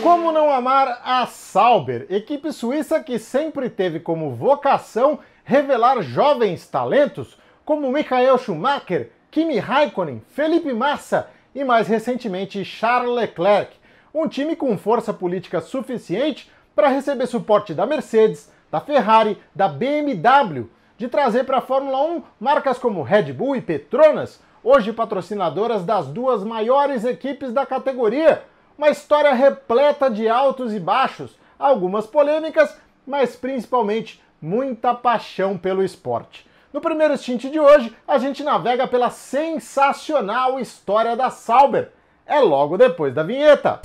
Como não amar a Sauber, equipe suíça que sempre teve como vocação revelar jovens talentos como Michael Schumacher, Kimi Raikkonen, Felipe Massa e mais recentemente Charles Leclerc, um time com força política suficiente para receber suporte da Mercedes, da Ferrari, da BMW, de trazer para a Fórmula 1 marcas como Red Bull e Petronas, hoje patrocinadoras das duas maiores equipes da categoria. Uma história repleta de altos e baixos, algumas polêmicas, mas principalmente muita paixão pelo esporte. No primeiro stint de hoje, a gente navega pela sensacional história da Sauber. É logo depois da vinheta.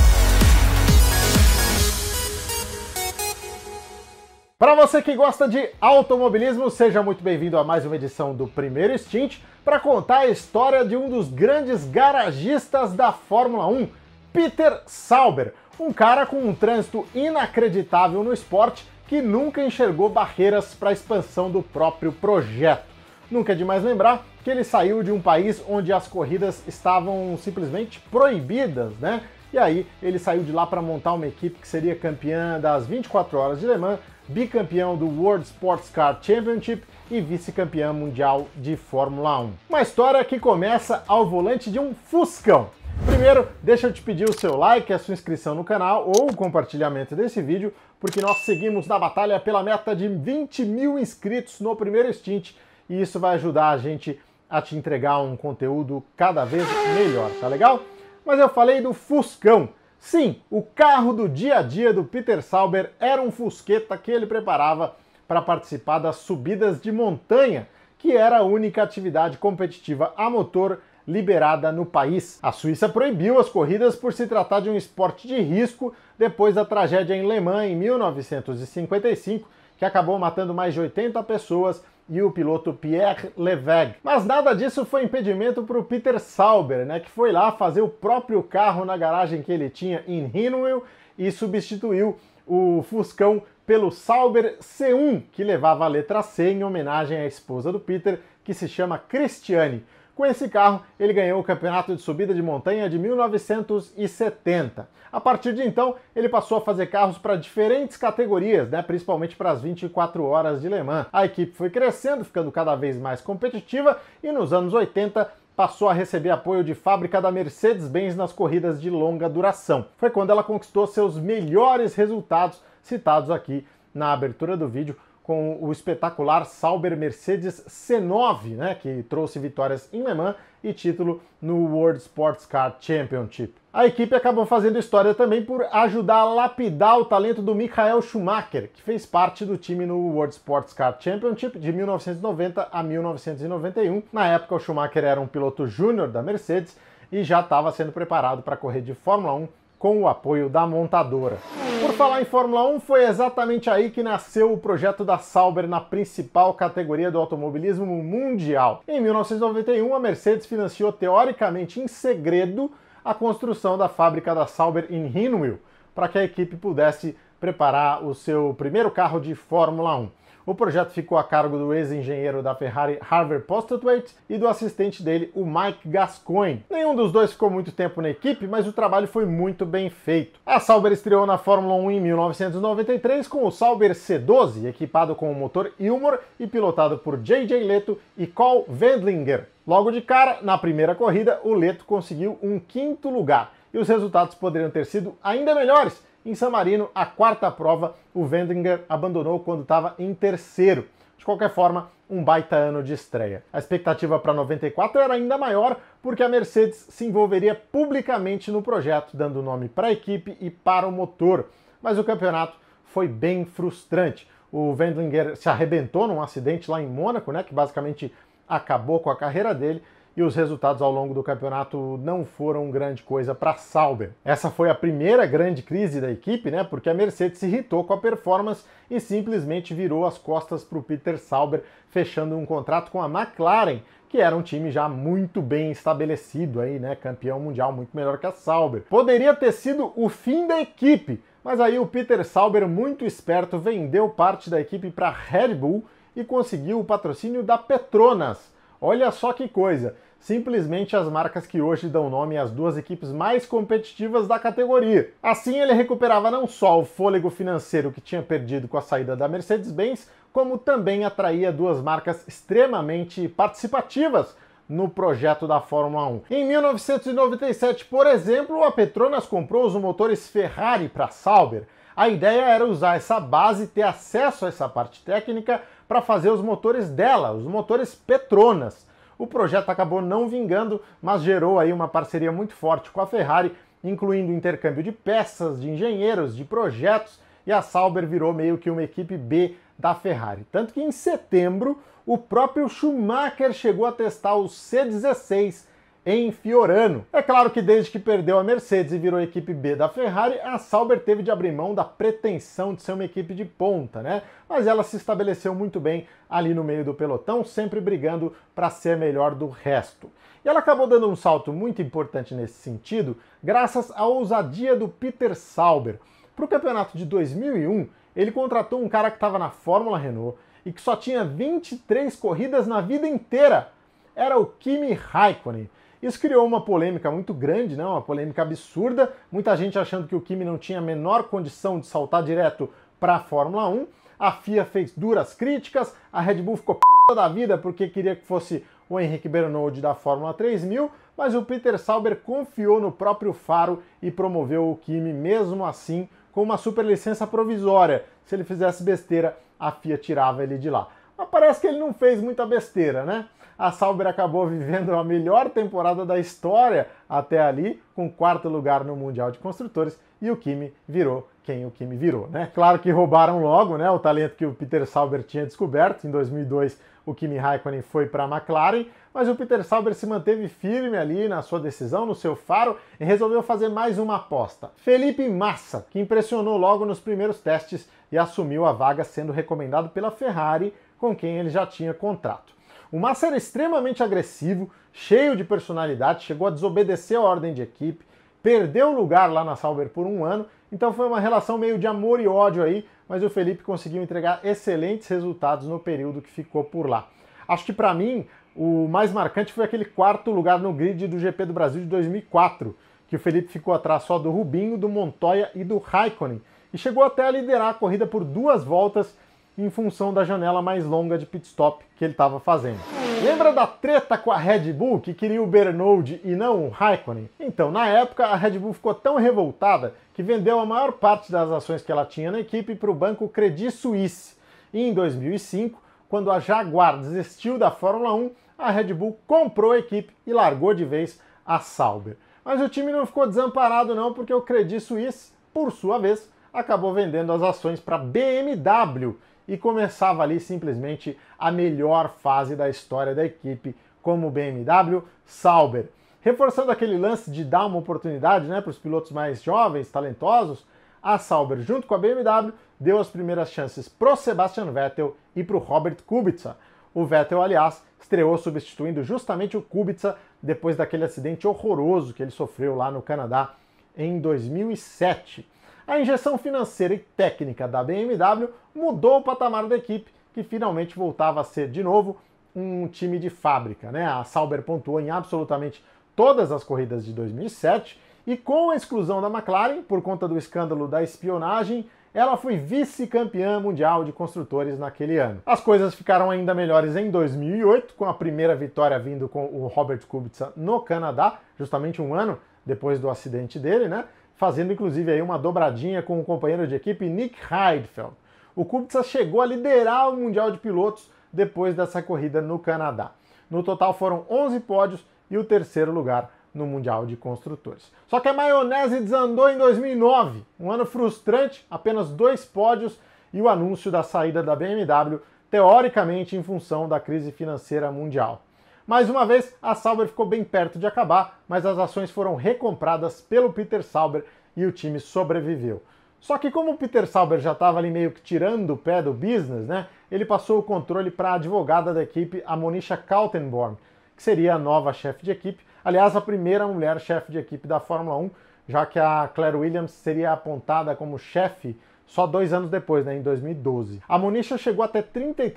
Para você que gosta de automobilismo, seja muito bem-vindo a mais uma edição do Primeiro Stint para contar a história de um dos grandes garagistas da Fórmula 1, Peter Sauber, um cara com um trânsito inacreditável no esporte que nunca enxergou barreiras para a expansão do próprio projeto. Nunca é demais lembrar que ele saiu de um país onde as corridas estavam simplesmente proibidas, né? E aí ele saiu de lá para montar uma equipe que seria campeã das 24 horas de Le Mans, bicampeão do World Sports Car Championship e vice-campeão mundial de Fórmula 1. Uma história que começa ao volante de um Fuscão. Primeiro, deixa eu te pedir o seu like, a sua inscrição no canal ou o compartilhamento desse vídeo, porque nós seguimos na batalha pela meta de 20 mil inscritos no primeiro stint e isso vai ajudar a gente a te entregar um conteúdo cada vez melhor, tá legal? Mas eu falei do Fuscão. Sim, o carro do dia a dia do Peter Sauber era um Fusqueta que ele preparava para participar das subidas de montanha, que era a única atividade competitiva a motor liberada no país. A Suíça proibiu as corridas por se tratar de um esporte de risco depois da tragédia em Le Mans em 1955, que acabou matando mais de 80 pessoas e o piloto Pierre Levegh. Mas nada disso foi impedimento para o Peter Sauber, né, que foi lá fazer o próprio carro na garagem que ele tinha em Hinwil e substituiu o Fuscão pelo Sauber C1, que levava a letra C em homenagem à esposa do Peter, que se chama Christiane. Com esse carro, ele ganhou o campeonato de subida de montanha de 1970. A partir de então, ele passou a fazer carros para diferentes categorias, né, principalmente para as 24 horas de Le Mans. A equipe foi crescendo, ficando cada vez mais competitiva e nos anos 80 passou a receber apoio de fábrica da Mercedes-Benz nas corridas de longa duração. Foi quando ela conquistou seus melhores resultados, citados aqui na abertura do vídeo, com o espetacular Sauber Mercedes C9, né, que trouxe vitórias em Le Mans e título no World Sports Car Championship. A equipe acabou fazendo história também por ajudar a lapidar o talento do Michael Schumacher, que fez parte do time no World Sports Car Championship de 1990 a 1991. Na época, o Schumacher era um piloto júnior da Mercedes e já estava sendo preparado para correr de Fórmula 1 com o apoio da montadora. Por falar em Fórmula 1, foi exatamente aí que nasceu o projeto da Sauber na principal categoria do automobilismo mundial. Em 1991, a Mercedes financiou teoricamente em segredo a construção da fábrica da Sauber em Hinwil, para que a equipe pudesse preparar o seu primeiro carro de Fórmula 1. O projeto ficou a cargo do ex-engenheiro da Ferrari Harvey Postlethwaite e do assistente dele, o Mike Gascoigne. Nenhum dos dois ficou muito tempo na equipe, mas o trabalho foi muito bem feito. A Sauber estreou na Fórmula 1 em 1993 com o Sauber C12, equipado com o motor Ilmor e pilotado por J.J. Leto e Cole Wendlinger. Logo de cara, na primeira corrida, o Leto conseguiu um 5º lugar e os resultados poderiam ter sido ainda melhores. Em San Marino, a quarta prova, o Wendlinger abandonou quando estava em 3º. De qualquer forma, um baita ano de estreia. A expectativa para 94 era ainda maior, porque a Mercedes se envolveria publicamente no projeto, dando nome para a equipe e para o motor. Mas o campeonato foi bem frustrante. O Wendlinger se arrebentou num acidente lá em Mônaco, né, que basicamente acabou com a carreira dele, e os resultados ao longo do campeonato não foram grande coisa para a Sauber. Essa foi a primeira grande crise da equipe, né? Porque a Mercedes se irritou com a performance e simplesmente virou as costas para o Peter Sauber, fechando um contrato com a McLaren, que era um time já muito bem estabelecido aí, né? Campeão mundial, muito melhor que a Sauber. Poderia ter sido o fim da equipe, mas aí o Peter Sauber, muito esperto, vendeu parte da equipe para a Red Bull e conseguiu o patrocínio da Petronas. Olha só que coisa! simplesmente as marcas que hoje dão nome às duas equipes mais competitivas da categoria. Assim, ele recuperava não só o fôlego financeiro que tinha perdido com a saída da Mercedes-Benz, como também atraía duas marcas extremamente participativas no projeto da Fórmula 1. Em 1997, por exemplo, a Petronas comprou os motores Ferrari para a Sauber. A ideia era usar essa base e ter acesso a essa parte técnica para fazer os motores dela, os motores Petronas. O projeto acabou não vingando, mas gerou aí uma parceria muito forte com a Ferrari, incluindo intercâmbio de peças, de engenheiros, de projetos, e a Sauber virou meio que uma equipe B da Ferrari. Tanto que em setembro, o próprio Schumacher chegou a testar o C16 em Fiorano. É claro que desde que perdeu a Mercedes e virou equipe B da Ferrari, a Sauber teve de abrir mão da pretensão de ser uma equipe de ponta, né? Mas ela se estabeleceu muito bem ali no meio do pelotão, sempre brigando para ser a melhor do resto. E ela acabou dando um salto muito importante nesse sentido, graças à ousadia do Peter Sauber. Para o campeonato de 2001, ele contratou um cara que estava na Fórmula Renault e que só tinha 23 corridas na vida inteira. Era o Kimi Raikkonen. Isso criou uma polêmica muito grande, né? Uma polêmica absurda, muita gente achando que o Kimi não tinha a menor condição de saltar direto para a Fórmula 1. A FIA fez duras críticas, a Red Bull ficou p*** da vida porque queria que fosse o Henrique Bernoulli da Fórmula 3000, mas o Peter Sauber confiou no próprio Faro e promoveu o Kimi mesmo assim com uma superlicença provisória. Se ele fizesse besteira, a FIA tirava ele de lá. Mas parece que ele não fez muita besteira, né? A Sauber acabou vivendo a melhor temporada da história até ali, com 4º lugar no Mundial de Construtores, e o Kimi virou quem o Kimi virou, né? Claro que roubaram logo, né, o talento que o Peter Sauber tinha descoberto. Em 2002, o Kimi Raikkonen foi para a McLaren, mas o Peter Sauber se manteve firme ali na sua decisão, no seu faro, e resolveu fazer mais uma aposta. Felipe Massa, que impressionou logo nos primeiros testes e assumiu a vaga sendo recomendado pela Ferrari, com quem ele já tinha contrato. O Massa era extremamente agressivo, cheio de personalidade, chegou a desobedecer a ordem de equipe, perdeu o lugar lá na Sauber por um ano, então foi uma relação meio de amor e ódio aí, mas o Felipe conseguiu entregar excelentes resultados no período que ficou por lá. Acho que para mim o mais marcante foi aquele 4º lugar no grid do GP do Brasil de 2004, que o Felipe ficou atrás só do Rubinho, do Montoya e do Raikkonen, e chegou até a liderar a corrida por 2 voltas em função da janela mais longa de pit stop que ele estava fazendo. Lembra da treta com a Red Bull, que queria o Bernoulli e não o Raikkonen? Então, na época, a Red Bull ficou tão revoltada que vendeu a maior parte das ações que ela tinha na equipe para o banco Credit Suisse. E em 2005, quando a Jaguar desistiu da Fórmula 1, a Red Bull comprou a equipe e largou de vez a Sauber. Mas o time não ficou desamparado não, porque o Credit Suisse, por sua vez, acabou vendendo as ações para a BMW, e começava ali simplesmente a melhor fase da história da equipe como BMW Sauber. Reforçando aquele lance de dar uma oportunidade, né, para os pilotos mais jovens, talentosos, a Sauber, junto com a BMW, deu as primeiras chances pro Sebastian Vettel e pro Robert Kubica. O Vettel, aliás, estreou substituindo justamente o Kubica depois daquele acidente horroroso que ele sofreu lá no Canadá em 2007. A injeção financeira e técnica da BMW mudou o patamar da equipe, que finalmente voltava a ser, de novo, um time de fábrica, né? A Sauber pontuou em absolutamente todas as corridas de 2007 e, com a exclusão da McLaren, por conta do escândalo da espionagem, ela foi vice-campeã mundial de construtores naquele ano. As coisas ficaram ainda melhores em 2008, com a primeira vitória vindo com o Robert Kubica no Canadá, justamente um ano depois do acidente dele, né? Fazendo inclusive aí uma dobradinha com o companheiro de equipe Nick Heidfeld. O Kubica chegou a liderar o Mundial de Pilotos depois dessa corrida no Canadá. No total foram 11 pódios e o 3º lugar no Mundial de Construtores. Só que a maionese desandou em 2009, um ano frustrante, apenas 2 pódios e o anúncio da saída da BMW, teoricamente em função da crise financeira mundial. Mais uma vez, a Sauber ficou bem perto de acabar, mas as ações foram recompradas pelo Peter Sauber e o time sobreviveu. Só que como o Peter Sauber já estava ali meio que tirando o pé do business, né, ele passou o controle para a advogada da equipe, a Monisha Kaltenborn, que seria a nova chefe de equipe, aliás, a primeira mulher chefe de equipe da Fórmula 1, já que a Claire Williams seria apontada como chefe só 2 anos depois, né, em 2012. A Monisha chegou até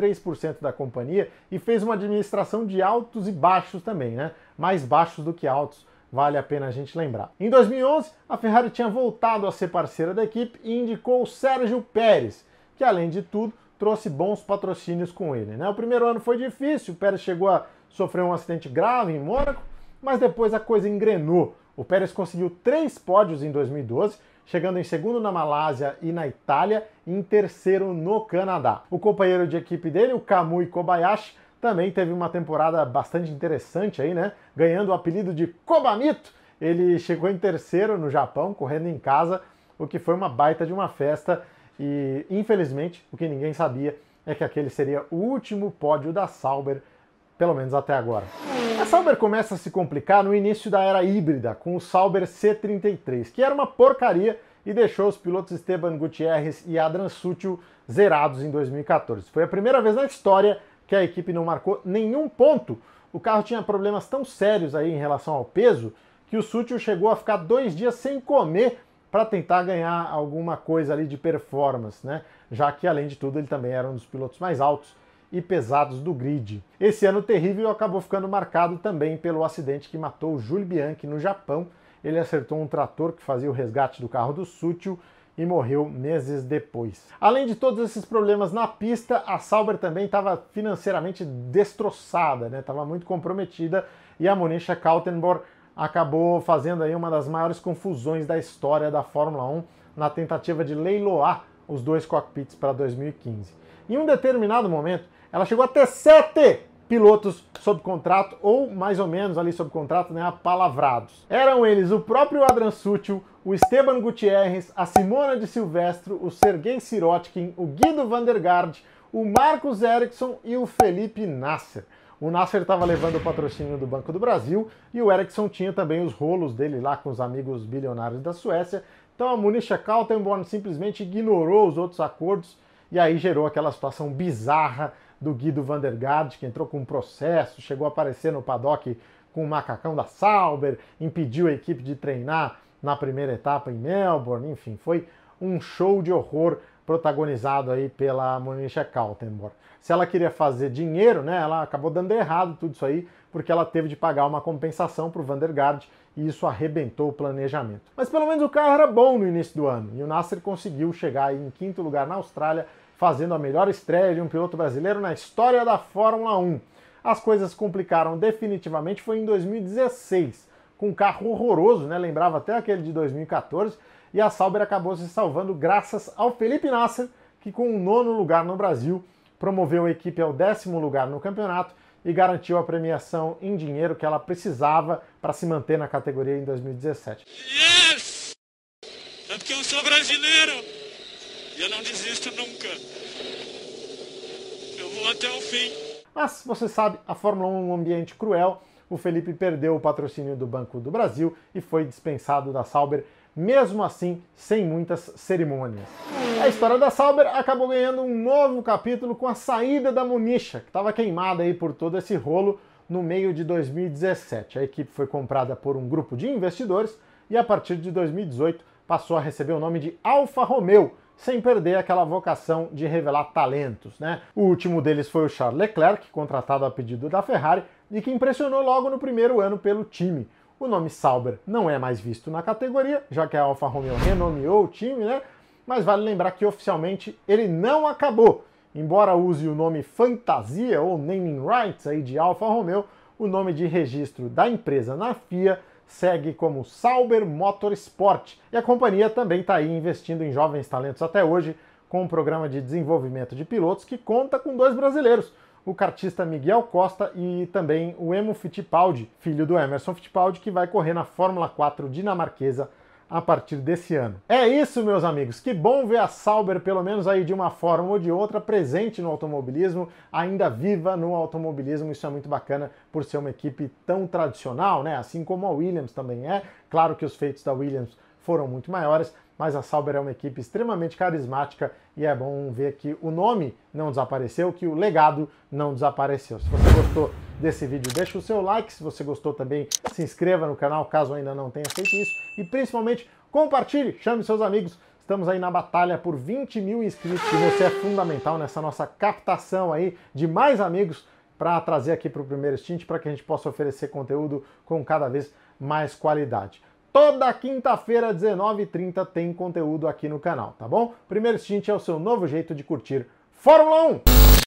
33% da companhia e fez uma administração de altos e baixos também, né? Mais baixos do que altos, vale a pena a gente lembrar. Em 2011, a Ferrari tinha voltado a ser parceira da equipe e indicou o Sérgio Pérez, que além de tudo trouxe bons patrocínios com ele, né? O primeiro ano foi difícil, o Pérez chegou a sofrer um acidente grave em Mônaco, mas depois a coisa engrenou. O Pérez conseguiu 3 pódios em 2012, chegando em segundo na Malásia e na Itália e em terceiro no Canadá. O companheiro de equipe dele, o Kamui Kobayashi, também teve uma temporada bastante interessante aí, né? Ganhando o apelido de Kobamito. Ele chegou em terceiro no Japão, correndo em casa, o que foi uma baita de uma festa e, infelizmente, o que ninguém sabia é que aquele seria o último pódio da Sauber, pelo menos até agora. A Sauber começa a se complicar no início da era híbrida, com o Sauber C33, que era uma porcaria e deixou os pilotos Esteban Gutierrez e Adrian Sutil zerados em 2014. Foi a primeira vez na história que a equipe não marcou nenhum ponto. O carro tinha problemas tão sérios aí em relação ao peso que o Sutil chegou a ficar 2 dias sem comer para tentar ganhar alguma coisa ali de performance, né? Já que, além de tudo, ele também era um dos pilotos mais altos e pesados do grid. Esse ano terrível acabou ficando marcado também pelo acidente que matou o Jules Bianchi no Japão. Ele acertou um trator que fazia o resgate do carro do Sutil e morreu meses depois. Além de todos esses problemas na pista, a Sauber também estava financeiramente destroçada, né? Estava muito comprometida e a Monisha Kaltenborn acabou fazendo aí uma das maiores confusões da história da Fórmula 1 na tentativa de leiloar os 2 cockpits para 2015. Em um determinado momento, ela chegou a ter 7 pilotos sob contrato, ou mais ou menos ali sob contrato, né, apalavrados. Eram eles o próprio Adrian Sutil, o Esteban Gutierrez, a Simona de Silvestro, o Sergei Sirotkin, o Guido van der Garde, o Marcus Ericsson e o Felipe Nasser. O Nasser estava levando o patrocínio do Banco do Brasil e o Ericsson tinha também os rolos dele lá com os amigos bilionários da Suécia. Então a Monisha Kaltenborn simplesmente ignorou os outros acordos e aí gerou aquela situação bizarra do Guido van der Garde, que entrou com um processo, chegou a aparecer no paddock com o macacão da Sauber, impediu a equipe de treinar na primeira etapa em Melbourne, enfim, foi um show de horror protagonizado aí pela Monisha Kaltenborn. Se ela queria fazer dinheiro, né, ela acabou dando errado tudo isso aí, porque ela teve de pagar uma compensação para o Van der Garde e isso arrebentou o planejamento. Mas pelo menos o carro era bom no início do ano e o Nasser conseguiu chegar aí em 5º lugar na Austrália, fazendo a melhor estreia de um piloto brasileiro na história da Fórmula 1. As coisas complicaram definitivamente foi em 2016, com um carro horroroso, né, lembrava até aquele de 2014, e a Sauber acabou se salvando graças ao Felipe Nasser, que com o 9º lugar no Brasil, promoveu a equipe ao 10º lugar no campeonato e garantiu a premiação em dinheiro que ela precisava para se manter na categoria em 2017. Yes! É porque eu sou brasileiro e eu não desisto nunca. Eu vou até o fim. Mas, você sabe, a Fórmula 1 é um ambiente cruel. O Felipe perdeu o patrocínio do Banco do Brasil e foi dispensado da Sauber, mesmo assim, sem muitas cerimônias. A história da Sauber acabou ganhando um novo capítulo com a saída da Monisha, que estava queimada aí por todo esse rolo no meio de 2017. A equipe foi comprada por um grupo de investidores e a partir de 2018 passou a receber o nome de Alfa Romeo, sem perder aquela vocação de revelar talentos, né? O último deles foi o Charles Leclerc, contratado a pedido da Ferrari e que impressionou logo no primeiro ano pelo time. O nome Sauber não é mais visto na categoria, já que a Alfa Romeo renomeou o time, né? Mas vale lembrar que oficialmente ele não acabou. Embora use o nome fantasia ou naming rights aí de Alfa Romeo, o nome de registro da empresa na FIA segue como Sauber Motorsport. E a companhia também está aí investindo em jovens talentos até hoje, com um programa de desenvolvimento de pilotos que conta com 2 brasileiros, o kartista Miguel Costa e também o Emo Fittipaldi, filho do Emerson Fittipaldi, que vai correr na Fórmula 4 dinamarquesa a partir desse ano. É isso, meus amigos, que bom ver a Sauber, pelo menos aí de uma forma ou de outra, presente no automobilismo, ainda viva no automobilismo. Isso é muito bacana por ser uma equipe tão tradicional, né? Assim como a Williams também é. Claro que os feitos da Williams foram muito maiores, mas a Sauber é uma equipe extremamente carismática e é bom ver que o nome não desapareceu, que o legado não desapareceu. Se você gostou desse vídeo, deixa o seu like. Se você gostou também, se inscreva no canal caso ainda não tenha feito isso. E principalmente, compartilhe, chame seus amigos. Estamos aí na batalha por 20 mil inscritos e você é fundamental nessa nossa captação aí de mais amigos para trazer aqui para o Primeiro Stint, para que a gente possa oferecer conteúdo com cada vez mais qualidade. Toda quinta-feira, 19h30, tem conteúdo aqui no canal, tá bom? Primeiro Stint é o seu novo jeito de curtir Fórmula 1!